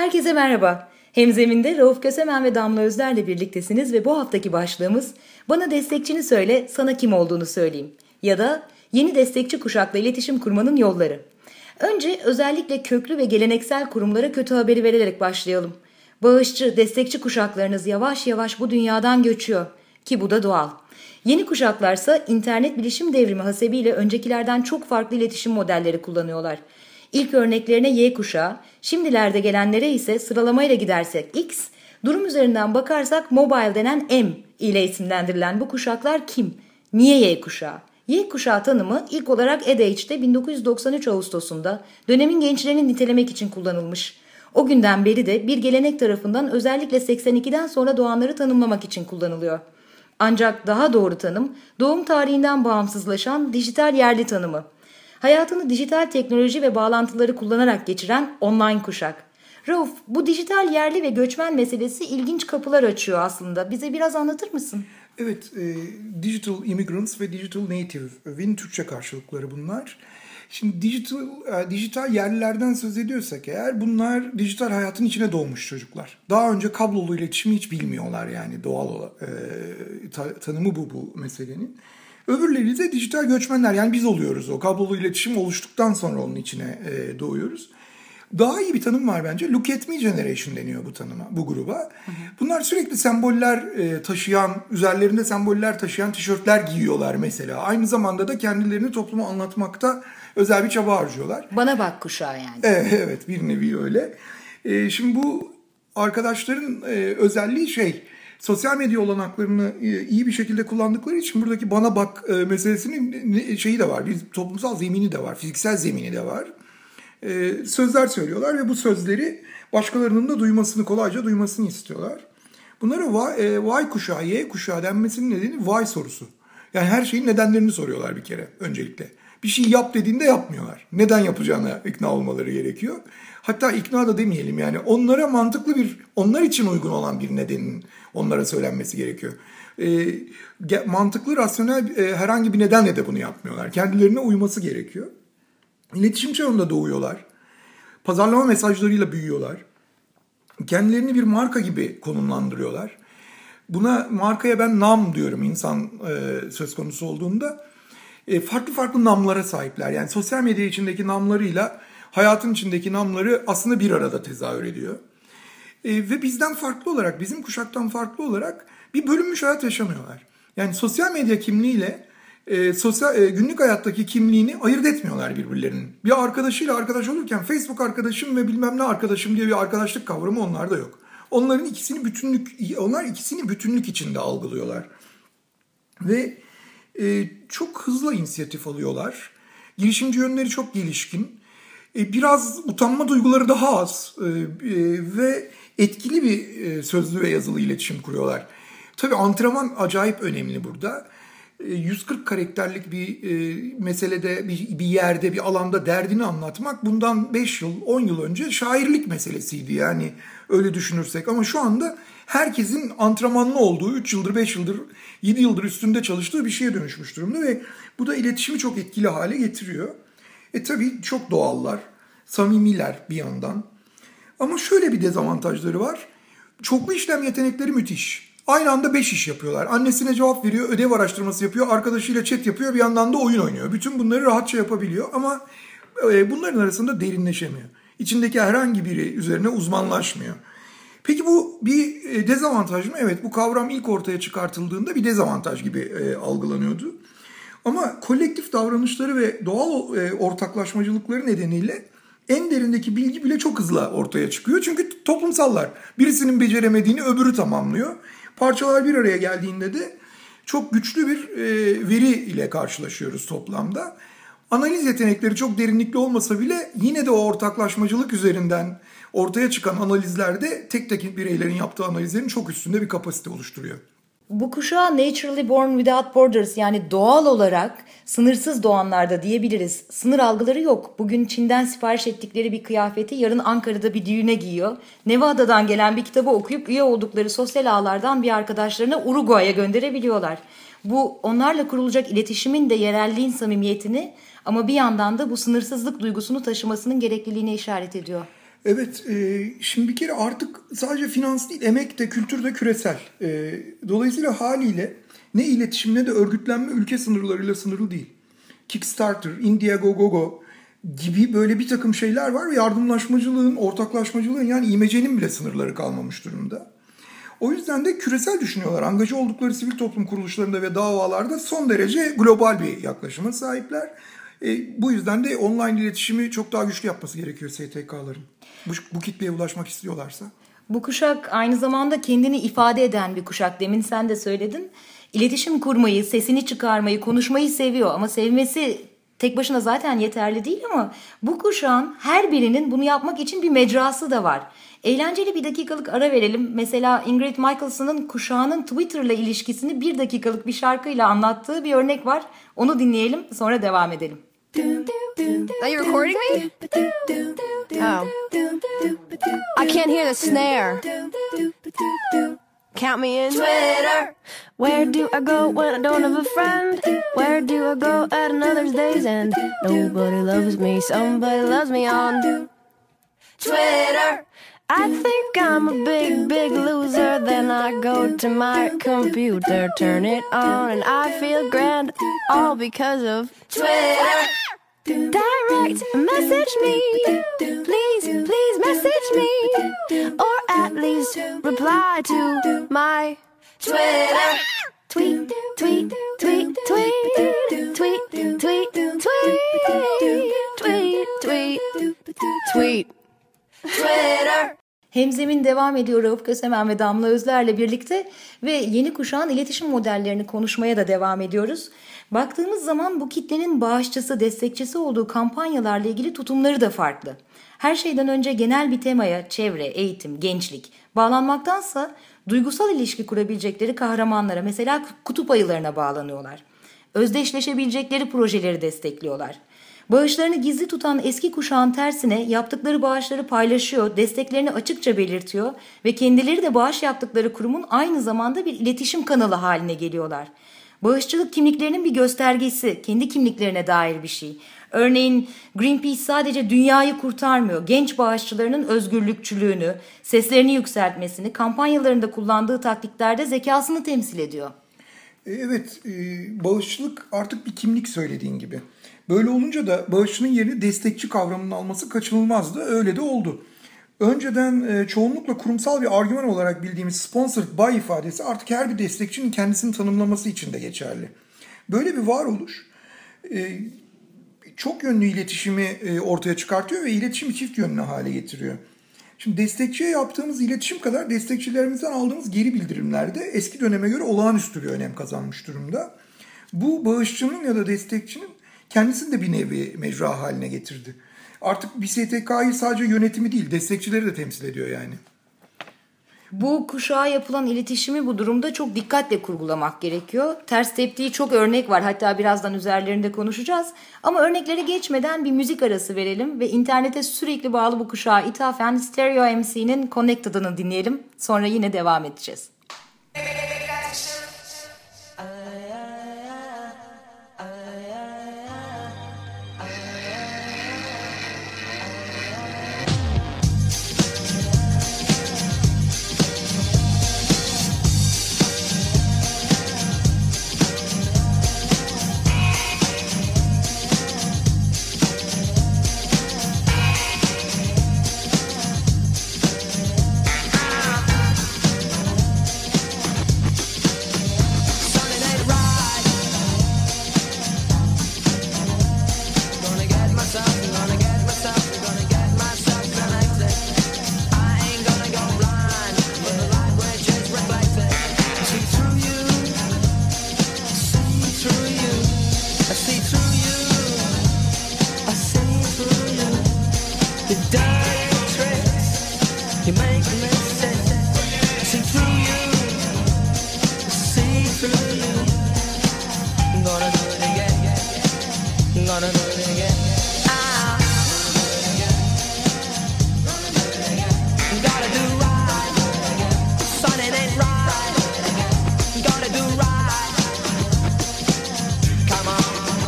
Herkese merhaba. Hemzeminde Rauf Kösemen ve Damla Özler'le birliktesiniz ve bu haftaki başlığımız "Bana destekçini söyle, sana kim olduğunu söyleyeyim" ya da yeni destekçi kuşakla iletişim kurmanın yolları. Önce özellikle köklü ve geleneksel kurumlara kötü haberi vererek başlayalım. Bağışçı, destekçi kuşaklarınız yavaş yavaş bu dünyadan göçüyor ki bu da doğal. Yeni kuşaklarsa internet bilişim devrimi hasebiyle öncekilerden çok farklı iletişim modelleri kullanıyorlar. İlk örneklerine Y kuşağı, şimdilerde gelenlere ise sıralamayla gidersek X, durum üzerinden bakarsak Mobile denen M ile isimlendirilen bu kuşaklar kim? Niye Y kuşağı? Y kuşağı tanımı ilk olarak EDH'de 1993 Ağustos'unda dönemin gençlerini nitelemek için kullanılmış. O günden beri de bir gelenek tarafından özellikle 82'den sonra doğanları tanımlamak için kullanılıyor. Ancak daha doğru tanım, doğum tarihinden bağımsızlaşan dijital yerli tanımı. Hayatını dijital teknoloji ve bağlantıları kullanarak geçiren online kuşak. Rauf, bu dijital yerli ve göçmen meselesi ilginç kapılar açıyor aslında. Bize biraz anlatır mısın? Evet, Digital Immigrants ve Digital Native'in Türkçe karşılıkları bunlar. Şimdi dijital yerlilerden söz ediyorsak eğer bunlar dijital hayatın içine doğmuş çocuklar. Daha önce kablolu iletişimi hiç bilmiyorlar yani doğal tanımı bu meselenin. Öbürleri de dijital göçmenler yani biz oluyoruz o kablolu iletişim oluştuktan sonra onun içine doğuyoruz. Daha iyi bir tanım var bence. Look at me generation deniyor bu tanıma, bu gruba. Bunlar sürekli semboller taşıyan, üzerlerinde semboller taşıyan tişörtler giyiyorlar mesela. Aynı zamanda da kendilerini topluma anlatmakta özel bir çaba harcıyorlar. Bana bak kuşağı yani. Evet, bir nevi öyle. Şimdi bu arkadaşların özelliği sosyal medya olanaklarını iyi bir şekilde kullandıkları için buradaki bana bak meselesinin şeyi de var. Bir toplumsal zemini de var, fiziksel zemini de var. Sözler söylüyorlar ve bu sözleri başkalarının da kolayca duymasını istiyorlar. Bunlara Y kuşağı, Y kuşağı denmesinin nedeni why sorusu. Yani her şeyin nedenlerini soruyorlar bir kere öncelikle. Bir şey yap dediğinde yapmıyorlar. Neden yapacağına ikna olmaları gerekiyor. Hatta ikna da demeyelim yani onlara onlar için uygun olan bir nedenin onlara söylenmesi gerekiyor. Mantıklı, rasyonel herhangi bir nedenle de bunu yapmıyorlar. Kendilerine uyması gerekiyor. İletişim çağında doğuyorlar. Pazarlama mesajlarıyla büyüyorlar. Kendilerini bir marka gibi konumlandırıyorlar. Buna markaya ben nam diyorum insan söz konusu olduğunda. Farklı farklı namlara sahipler. Yani sosyal medya içindeki namlarıyla hayatın içindeki namları aslında bir arada tezahür ediyor. Ve bizden farklı olarak, bizim kuşaktan farklı olarak bir bölünmüş hayat yaşamıyorlar. Yani sosyal medya kimliğiyle günlük hayattaki kimliğini ayırt etmiyorlar birbirlerinin. Bir arkadaşıyla arkadaş olurken Facebook arkadaşım ve bilmem ne arkadaşım diye bir arkadaşlık kavramı onlarda yok. Onlar ikisini bütünlük içinde algılıyorlar. Ve çok hızlı inisiyatif alıyorlar. Girişimci yönleri çok gelişkin. Biraz utanma duyguları daha az ve etkili bir sözlü ve yazılı iletişim kuruyorlar. Tabii antrenman acayip önemli burada. 140 karakterlik bir meselede, bir yerde, bir alanda derdini anlatmak bundan 5 yıl, 10 yıl önce şairlik meselesiydi. Yani öyle düşünürsek ama şu anda herkesin antrenmanlı olduğu 3 yıldır, 5 yıldır, 7 yıldır üstünde çalıştığı bir şeye dönüşmüş durumda ve bu da iletişimi çok etkili hale getiriyor. Tabii çok doğallar, samimiler bir yandan. Ama şöyle bir dezavantajları var. Çoklu işlem yetenekleri müthiş. Aynı anda 5 iş yapıyorlar. Annesine cevap veriyor, ödev araştırması yapıyor, arkadaşıyla chat yapıyor, bir yandan da oyun oynuyor. Bütün bunları rahatça yapabiliyor ama bunların arasında derinleşemiyor. İçindeki herhangi biri üzerine uzmanlaşmıyor. Peki bu bir dezavantaj mı? Evet, bu kavram ilk ortaya çıkartıldığında bir dezavantaj gibi algılanıyordu. Ama kolektif davranışları ve doğal ortaklaşmacılıkları nedeniyle en derindeki bilgi bile çok hızlı ortaya çıkıyor. Çünkü toplumsallar. Birisinin beceremediğini öbürü tamamlıyor. Parçalar bir araya geldiğinde de çok güçlü bir veri ile karşılaşıyoruz toplamda. Analiz yetenekleri çok derinlikli olmasa bile yine de o ortaklaşmacılık üzerinden ortaya çıkan analizlerde tek tek bireylerin yaptığı analizlerin çok üstünde bir kapasite oluşturuyor. Bu kuşağa naturally born without borders yani doğal olarak sınırsız doğanlarda diyebiliriz. Sınır algıları yok. Bugün Çin'den sipariş ettikleri bir kıyafeti yarın Ankara'da bir düğüne giyiyor. Nevada'dan gelen bir kitabı okuyup üye oldukları sosyal ağlardan bir arkadaşlarına Uruguay'a gönderebiliyorlar. Bu onlarla kurulacak iletişimin de yerelliğin samimiyetini ama bir yandan da bu sınırsızlık duygusunu taşımasının gerekliliğine işaret ediyor. Evet, şimdi bir kere artık sadece finans değil, emek de kültür de küresel. Dolayısıyla haliyle ne iletişim ne de örgütlenme ülke sınırlarıyla sınırlı değil. Kickstarter, Indiegogo gibi böyle bir takım şeyler var ve yardımlaşmacılığın, ortaklaşmacılığın yani imecenin bile sınırları kalmamış durumda. O yüzden de küresel düşünüyorlar. Angaja oldukları sivil toplum kuruluşlarında ve davalarda son derece global bir yaklaşıma sahipler. Bu yüzden de online iletişimi çok daha güçlü yapması gerekiyor STK'ların. Bu kitleye ulaşmak istiyorlarsa. Bu kuşak aynı zamanda kendini ifade eden bir kuşak. Demin sen de söyledin. İletişim kurmayı, sesini çıkarmayı, konuşmayı seviyor. Ama sevmesi tek başına zaten yeterli değil ama bu kuşağın her birinin bunu yapmak için bir mecrası da var. Eğlenceli bir dakikalık ara verelim. Mesela Ingrid Michaelson'ın kuşağının Twitter'la ilişkisini 1 dakikalık bir şarkıyla anlattığı bir örnek var. Onu dinleyelim, sonra devam edelim. Are you recording me? Oh. I can't hear the snare. Count me in. Twitter. Where do I go when I don't have a friend? Where do I go at another day's end? Nobody loves me, somebody loves me on Twitter. I think I'm a big, big loser. Then I go to my computer, turn it on, and I feel grand. All because of Twitter. Direct message me. Please, please message me. Or at least reply to my Twitter. Tweet, tweet, tweet, tweet. Tweet, tweet, tweet. Tweet, tweet, tweet. Twitter. Hemzemin devam ediyor Rauf Kösemen ve Damla Özler'le birlikte ve yeni kuşağın iletişim modellerini konuşmaya da devam ediyoruz. Baktığımız zaman bu kitlenin bağışçısı, destekçisi olduğu kampanyalarla ilgili tutumları da farklı. Her şeyden önce genel bir temaya, çevre, eğitim, gençlik bağlanmaktansa duygusal ilişki kurabilecekleri kahramanlara, mesela kutup ayılarına bağlanıyorlar. Özdeşleşebilecekleri projeleri destekliyorlar. Bağışlarını gizli tutan eski kuşağın tersine yaptıkları bağışları paylaşıyor, desteklerini açıkça belirtiyor ve kendileri de bağış yaptıkları kurumun aynı zamanda bir iletişim kanalı haline geliyorlar. Bağışçılık kimliklerinin bir göstergesi, kendi kimliklerine dair bir şey. Örneğin Greenpeace sadece dünyayı kurtarmıyor, genç bağışçılarının özgürlükçülüğünü, seslerini yükseltmesini, kampanyalarında kullandığı taktiklerde zekasını temsil ediyor. Evet, bağışçılık artık bir kimlik söylediğin gibi. Böyle olunca da bağışçının yerini destekçi kavramının alması kaçınılmazdı. Öyle de oldu. Önceden çoğunlukla kurumsal bir argüman olarak bildiğimiz sponsored by ifadesi artık her bir destekçinin kendisini tanımlaması için de geçerli. Böyle bir varoluş çok yönlü iletişimi ortaya çıkartıyor ve iletişimi çift yönlü hale getiriyor. Şimdi destekçiye yaptığımız iletişim kadar destekçilerimizden aldığımız geri bildirimler de eski döneme göre olağanüstü bir önem kazanmış durumda. Bu bağışçının ya da destekçinin kendisini de bir nevi mecra haline getirdi. Artık bir STK'yı sadece yönetimi değil, destekçileri de temsil ediyor yani. Bu kuşağa yapılan iletişimi bu durumda çok dikkatle kurgulamak gerekiyor. Ters teptiği çok örnek var. Hatta birazdan üzerlerinde konuşacağız. Ama örneklere geçmeden bir müzik arası verelim ve internete sürekli bağlı bu kuşağa ithafen Stereo MC'nin Connected'ını dinleyelim. Sonra yine devam edeceğiz.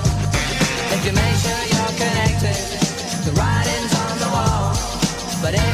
But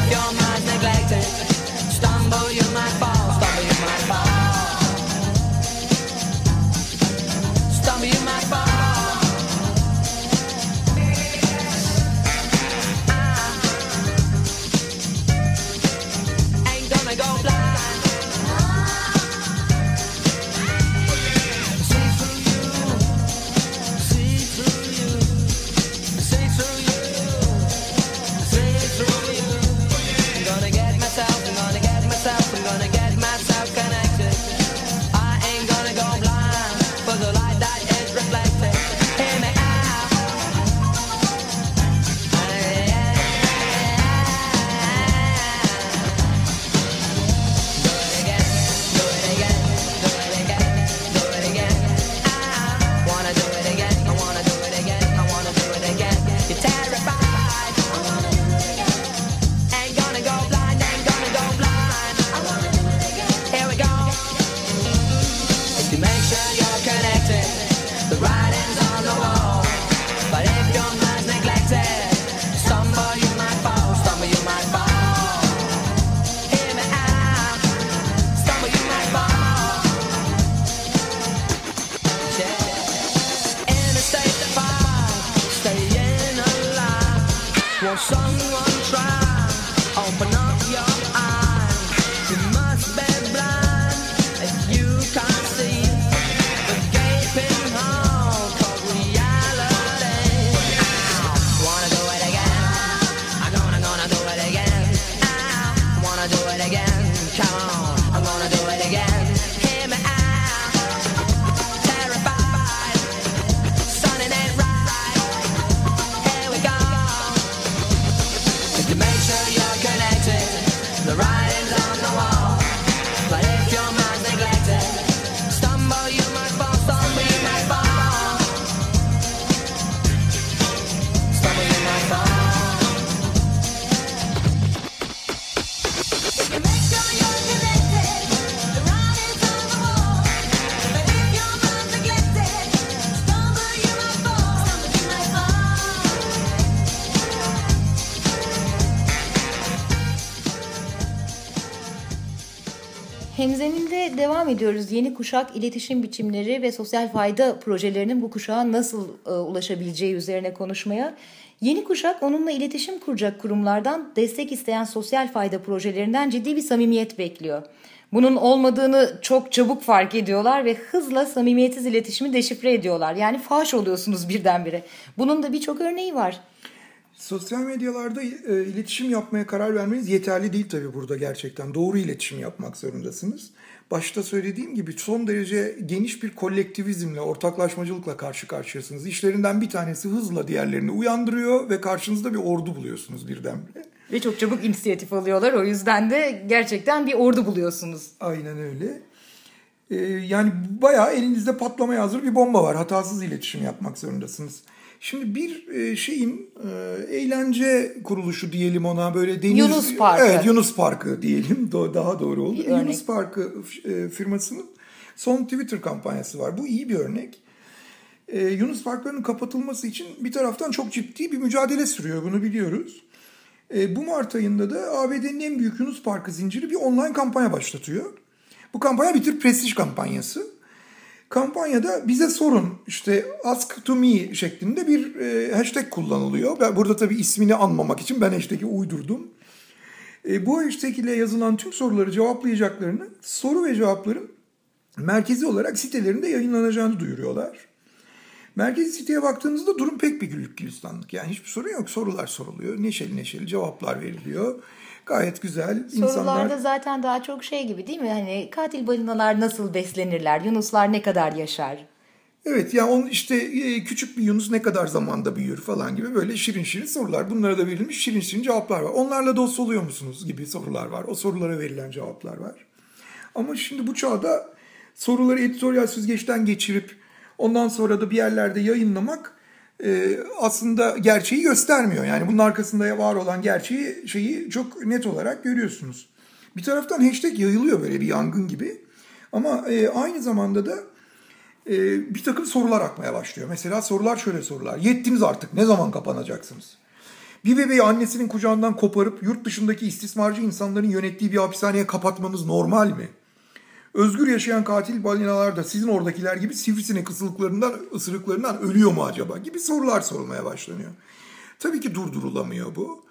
Come on, I'm gonna do it again. Hear me out. Terrified. Something ain't right. Here we go. If you make sure you're connected, the writing's on the wall. But if your mind's neglected, stumble you might fall, stumble you might fall. Stumble you might fall. If you make sure you're connected, the writing's on the wall. But if your mind's neglected, stumble you might fall, stumble you might fall. Hemzeminde devam ediyoruz. Yeni kuşak iletişim biçimleri ve sosyal fayda projelerinin bu kuşağa nasıl ulaşabileceği üzerine konuşmaya. Yeni kuşak onunla iletişim kuracak kurumlardan destek isteyen sosyal fayda projelerinden ciddi bir samimiyet bekliyor. Bunun olmadığını çok çabuk fark ediyorlar ve hızla samimiyetsiz iletişimi deşifre ediyorlar. Yani faş oluyorsunuz birdenbire. Bunun da birçok örneği var. Sosyal medyalarda iletişim yapmaya karar vermeniz yeterli değil tabii burada gerçekten. Doğru iletişim yapmak zorundasınız. Başta söylediğim gibi son derece geniş bir kolektivizmle, ortaklaşmacılıkla karşı karşıyasınız. İşlerinden bir tanesi hızla diğerlerini uyandırıyor ve karşınızda bir ordu buluyorsunuz birdenbire. Ve çok çabuk inisiyatif alıyorlar. O yüzden de gerçekten bir ordu buluyorsunuz. Aynen öyle. Yani bayağı elinizde patlamaya hazır bir bomba var. Hatasız iletişim yapmak zorundasınız. Şimdi bir şeyin eğlence kuruluşu diyelim ona, böyle deniz... Yunus Parkı. Evet, Yunus Parkı diyelim. Daha doğru oldu. Yunus Parkı firmasının son Twitter kampanyası var. Bu iyi bir örnek. Yunus Parklarının kapatılması için bir taraftan çok ciddi bir mücadele sürüyor. Bunu biliyoruz. Bu Mart ayında da ABD'nin en büyük Yunus Parkı zinciri bir online kampanya başlatıyor. Bu kampanya bir tür prestij kampanyası. Kampanyada bize sorun, işte ask to me şeklinde bir hashtag kullanılıyor. Ben burada tabii ismini anmamak için ben hashtag'i uydurdum. Bu hashtag ile yazılan tüm soruları cevaplayacaklarını, soru ve cevapların merkezi olarak sitelerinde yayınlanacağını duyuruyorlar. Merkezi siteye baktığınızda durum pek bir güllük gülistanlık. Yani hiçbir sorun yok. Sorular soruluyor. Neşeli neşeli cevaplar veriliyor. Gayet güzel. Sorularda zaten daha çok şey gibi değil mi? Hani katil balinalar nasıl beslenirler? Yunuslar ne kadar yaşar? Evet, yani onun işte küçük bir yunus ne kadar zamanda büyür falan gibi böyle şirin şirin sorular. Bunlara da verilmiş şirin şirin cevaplar var. Onlarla dost oluyor musunuz gibi sorular var. O sorulara verilen cevaplar var. Ama şimdi bu çağda soruları editoryal süzgeçten geçirip ondan sonra da bir yerlerde yayınlamak aslında gerçeği göstermiyor. Yani bunun arkasında var olan gerçeği şeyi çok net olarak görüyorsunuz. Bir taraftan hashtag yayılıyor böyle bir yangın gibi. Ama aynı zamanda da bir takım sorular akmaya başlıyor. Mesela sorular şöyle sorular. Yettiniz artık, ne zaman kapanacaksınız? Bir bebeği annesinin kucağından koparıp yurt dışındaki istismarcı insanların yönettiği bir hapishaneye kapatmanız normal mi? Özgür yaşayan katil balinalar da sizin oradakiler gibi sivrisinek ısırıklarından ölüyor mu acaba? Gibi sorular sorulmaya başlanıyor. Tabii ki durdurulamıyor bu.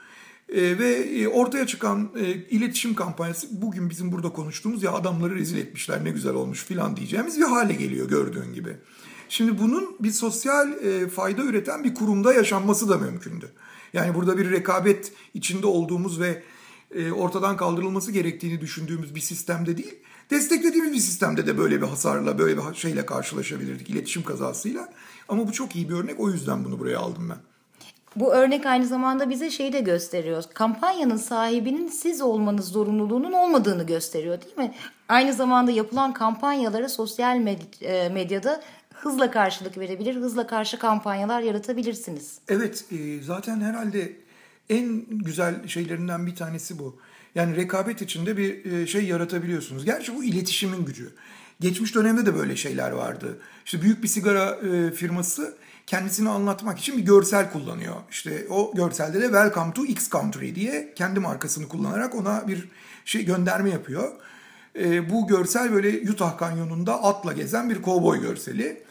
Ve ortaya çıkan iletişim kampanyası bugün bizim burada konuştuğumuz ya adamları rezil etmişler ne güzel olmuş filan diyeceğimiz bir hale geliyor gördüğün gibi. Şimdi bunun bir sosyal fayda üreten bir kurumda yaşanması da mümkündü. Yani burada bir rekabet içinde olduğumuz ve ortadan kaldırılması gerektiğini düşündüğümüz bir sistemde değil, desteklediğimiz bir sistemde de böyle bir hasarla, böyle bir şeyle karşılaşabilirdik, iletişim kazasıyla. Ama bu çok iyi bir örnek, o yüzden bunu buraya aldım ben. Bu örnek aynı zamanda bize şeyi de gösteriyor. Kampanyanın sahibinin siz olmanız zorunluluğunun olmadığını gösteriyor değil mi? Aynı zamanda yapılan kampanyalara sosyal medyada hızla karşılık verebilir, hızla karşı kampanyalar yaratabilirsiniz. Evet, zaten herhalde en güzel şeylerinden bir tanesi bu. Yani rekabet içinde bir şey yaratabiliyorsunuz. Gerçi bu iletişimin gücü. Geçmiş dönemde de böyle şeyler vardı. İşte büyük bir sigara firması kendisini anlatmak için bir görsel kullanıyor. İşte o görselde de Welcome to X Country diye kendi markasını kullanarak ona bir şey gönderme yapıyor. Bu görsel böyle Utah Kanyonu'nda atla gezen bir kovboy görseli.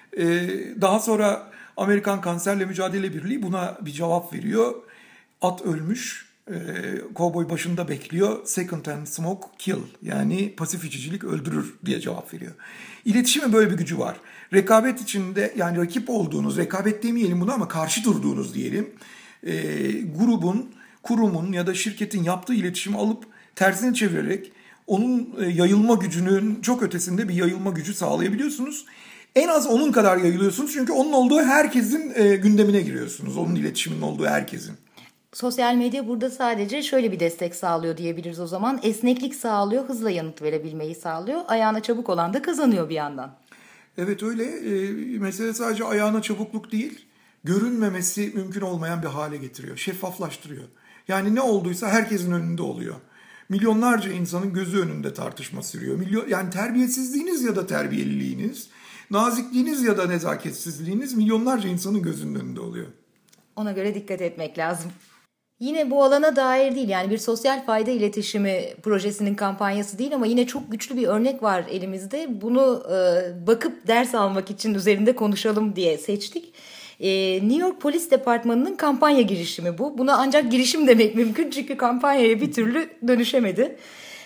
Daha sonra Amerikan Kanserle Mücadele Birliği buna bir cevap veriyor. At ölmüş. Kovboy başında bekliyor. Second hand smoke kill. Yani pasif içicilik öldürür diye cevap veriyor. İletişimin böyle bir gücü var. Rekabet içinde yani rakip olduğunuz, rekabet demeyelim bunu ama karşı durduğunuz diyelim. Grubun, kurumun ya da şirketin yaptığı iletişimi alıp tersini çevirerek onun yayılma gücünün çok ötesinde bir yayılma gücü sağlayabiliyorsunuz. En az onun kadar yayılıyorsunuz çünkü onun olduğu herkesin gündemine giriyorsunuz. Onun iletişiminin olduğu herkesin. Sosyal medya burada sadece şöyle bir destek sağlıyor diyebiliriz o zaman. Esneklik sağlıyor, hızla yanıt verebilmeyi sağlıyor. Ayağına çabuk olan da kazanıyor bir yandan. Evet öyle. Mesele sadece ayağına çabukluk değil, görünmemesi mümkün olmayan bir hale getiriyor. Şeffaflaştırıyor. Yani ne olduysa herkesin önünde oluyor. Milyonlarca insanın gözü önünde tartışma sürüyor. Yani terbiyesizliğiniz ya da terbiyeliliğiniz, nazikliğiniz ya da nezaketsizliğiniz milyonlarca insanın gözünün önünde oluyor. Ona göre dikkat etmek lazım. Yine bu alana dair değil, yani bir sosyal fayda iletişimi projesinin kampanyası değil ama yine çok güçlü bir örnek var elimizde. Bunu bakıp ders almak için üzerinde konuşalım diye seçtik. New York Polis Departmanı'nın kampanya girişimi bu. Buna ancak girişim demek mümkün çünkü kampanyaya bir türlü dönüşemedi.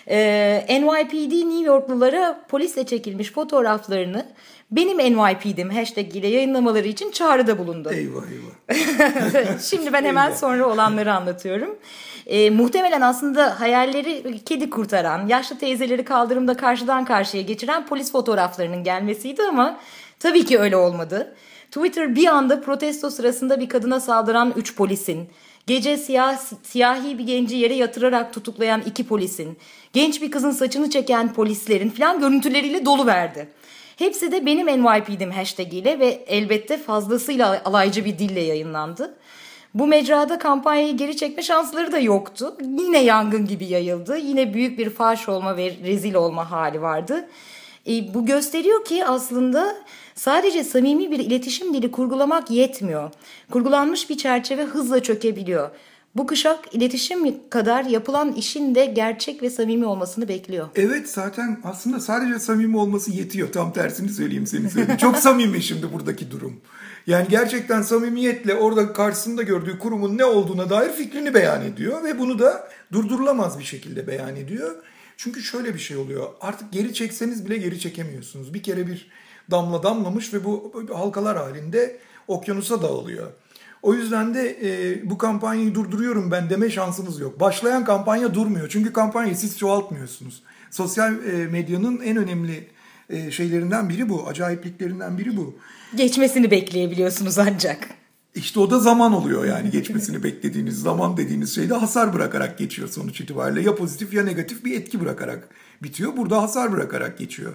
NYPD New Yorklulara polisle çekilmiş fotoğraflarını benim NYPD'm hashtag ile yayınlamaları için çağrıda bulundu. Eyvah eyvah. Şimdi ben hemen sonra olanları anlatıyorum. Muhtemelen aslında hayalleri kedi kurtaran, yaşlı teyzeleri kaldırımda karşıdan karşıya geçiren polis fotoğraflarının gelmesiydi ama tabii ki öyle olmadı. Twitter bir anda protesto sırasında bir kadına saldıran 3 polisin, gece siyahi bir genci yere yatırarak tutuklayan 2 polisin, genç bir kızın saçını çeken polislerin falan görüntüleriyle doluverdi. Hepsi de benim NYPD'm hashtag ile ve elbette fazlasıyla alaycı bir dille yayınlandı. Bu mecrada kampanyayı geri çekme şansları da yoktu. Yine yangın gibi yayıldı. Yine büyük bir faş olma ve rezil olma hali vardı. Bu gösteriyor ki aslında sadece samimi bir iletişim dili kurgulamak yetmiyor. Kurgulanmış bir çerçeve hızla çökebiliyor. Bu kuşak iletişim kadar yapılan işin de gerçek ve samimi olmasını bekliyor. Evet, zaten aslında sadece samimi olması yetiyor. Tam tersini söyleyeyim senin söylediğin. Çok samimi şimdi buradaki durum. Yani gerçekten samimiyetle orada karşısında gördüğü kurumun ne olduğuna dair fikrini beyan ediyor. Ve bunu da durdurulamaz bir şekilde beyan ediyor. Çünkü şöyle bir şey oluyor. Artık geri çekseniz bile geri çekemiyorsunuz. Bir kere bir damla damlamış ve bu halkalar halinde okyanusa dağılıyor. O yüzden de bu kampanyayı durduruyorum ben deme şansınız yok. Başlayan kampanya durmuyor. Çünkü kampanyayı siz çoğaltmıyorsunuz. Sosyal medyanın en önemli şeylerinden biri bu. Acayipliklerinden biri bu. Geçmesini bekleyebiliyorsunuz ancak. İşte o da zaman oluyor yani. Geçmesini beklediğiniz zaman dediğiniz şeyde hasar bırakarak geçiyor sonuç itibariyle. Ya pozitif ya negatif bir etki bırakarak bitiyor. Burada hasar bırakarak geçiyor.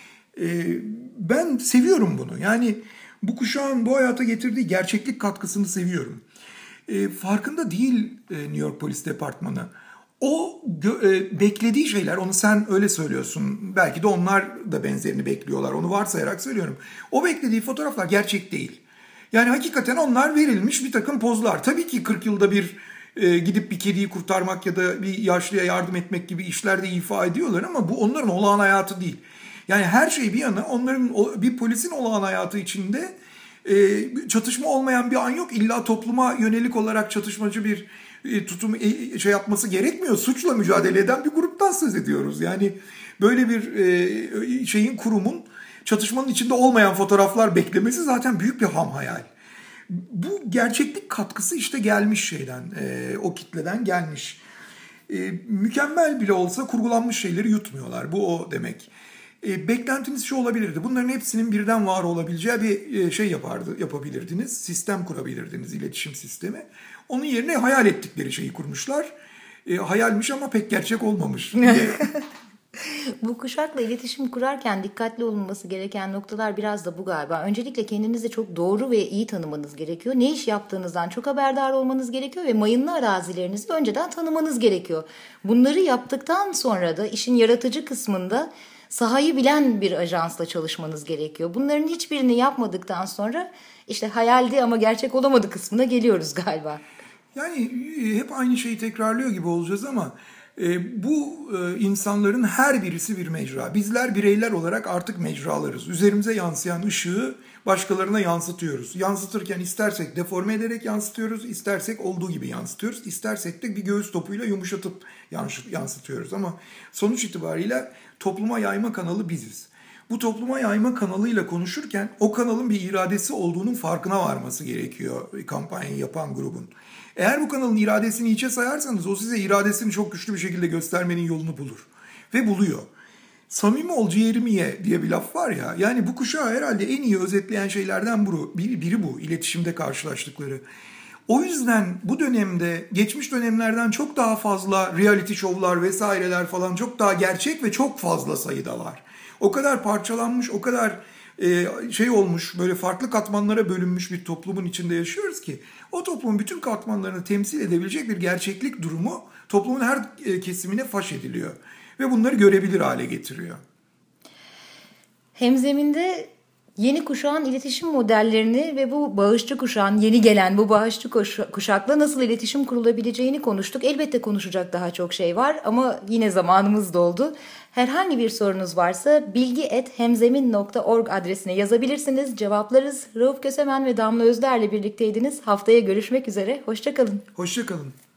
Ben seviyorum bunu. Yani bu kuşağın bu hayata getirdiği gerçeklik katkısını seviyorum. Farkında değil New York Polis Departmanı. O beklediği şeyler, onu sen öyle söylüyorsun. Belki de onlar da benzerini bekliyorlar. Onu varsayarak söylüyorum. O beklediği fotoğraflar gerçek değil. Yani hakikaten onlar verilmiş bir takım pozlar. Tabii ki 40 yılda bir gidip bir kediyi kurtarmak ya da bir yaşlıya yardım etmek gibi işlerde ifa ediyorlar ama bu onların olağan hayatı değil. Yani her şey bir yana onların bir polisin olağan hayatı içinde çatışma olmayan bir an yok. İlla topluma yönelik olarak çatışmacı bir tutum şey yapması gerekmiyor. Suçla mücadele eden bir gruptan söz ediyoruz. Yani böyle bir kurumun çatışmanın içinde olmayan fotoğraflar beklemesi zaten büyük bir ham hayal. Bu gerçeklik katkısı işte gelmiş şeyden, o kitleden gelmiş. Mükemmel bile olsa kurgulanmış şeyleri yutmuyorlar. Bu o demek. Beklentiniz şu olabilirdi. Bunların hepsinin birden var olabileceği bir şey yapabilirdiniz. Sistem kurabilirdiniz, iletişim sistemi. Onun yerine hayal ettikleri şeyi kurmuşlar. Hayalmiş ama pek gerçek olmamış. Bu kuşakla iletişim kurarken dikkatli olunması gereken noktalar biraz da bu galiba. Öncelikle kendinizi çok doğru ve iyi tanımanız gerekiyor. Ne iş yaptığınızdan çok haberdar olmanız gerekiyor ve mayınlı arazilerinizi önceden tanımanız gerekiyor. Bunları yaptıktan sonra da işin yaratıcı kısmında sahayı bilen bir ajansla çalışmanız gerekiyor. Bunların hiçbirini yapmadıktan sonra işte hayaldi ama gerçek olamadı kısmına geliyoruz galiba. Yani hep aynı şeyi tekrarlıyor gibi olacağız ama bu insanların her birisi bir mecra. Bizler bireyler olarak artık mecralarız. Üzerimize yansıyan ışığı başkalarına yansıtıyoruz. Yansıtırken istersek deforme ederek yansıtıyoruz, istersek olduğu gibi yansıtıyoruz, istersek de bir göğüs topuyla yumuşatıp yansıtıyoruz. Ama sonuç itibariyle topluma yayma kanalı biziz. Bu topluma yayma kanalıyla konuşurken o kanalın bir iradesi olduğunun farkına varması gerekiyor kampanyayı yapan grubun. Eğer bu kanalın iradesini hiçe sayarsanız o size iradesini çok güçlü bir şekilde göstermenin yolunu bulur. ve buluyor. Samimi ol ciğerimi ye diye bir laf var ya. Yani bu kuşağı herhalde en iyi özetleyen şeylerden biri bu. İletişimde karşılaştıkları. O yüzden bu dönemde geçmiş dönemlerden çok daha fazla reality şovlar vesaireler falan çok daha gerçek ve çok fazla sayıda var. O kadar parçalanmış, o kadar olmuş, böyle farklı katmanlara bölünmüş bir toplumun içinde yaşıyoruz ki o toplumun bütün katmanlarını temsil edebilecek bir gerçeklik durumu toplumun her kesimine faş ediliyor. Ve bunları görebilir hale getiriyor. Hemzeminde yeni kuşağın iletişim modellerini ve bu bağışçı kuşağın, yeni gelen bu bağışçı kuşakla nasıl iletişim kurulabileceğini konuştuk. Elbette konuşacak daha çok şey var ama yine zamanımız doldu. Herhangi bir sorunuz varsa bilgi@hemzemin.org adresine yazabilirsiniz. Cevaplarız. Rauf Kösemen ve Damla Özder'le birlikteydiniz. Haftaya görüşmek üzere. Hoşça kalın. Hoşça kalın.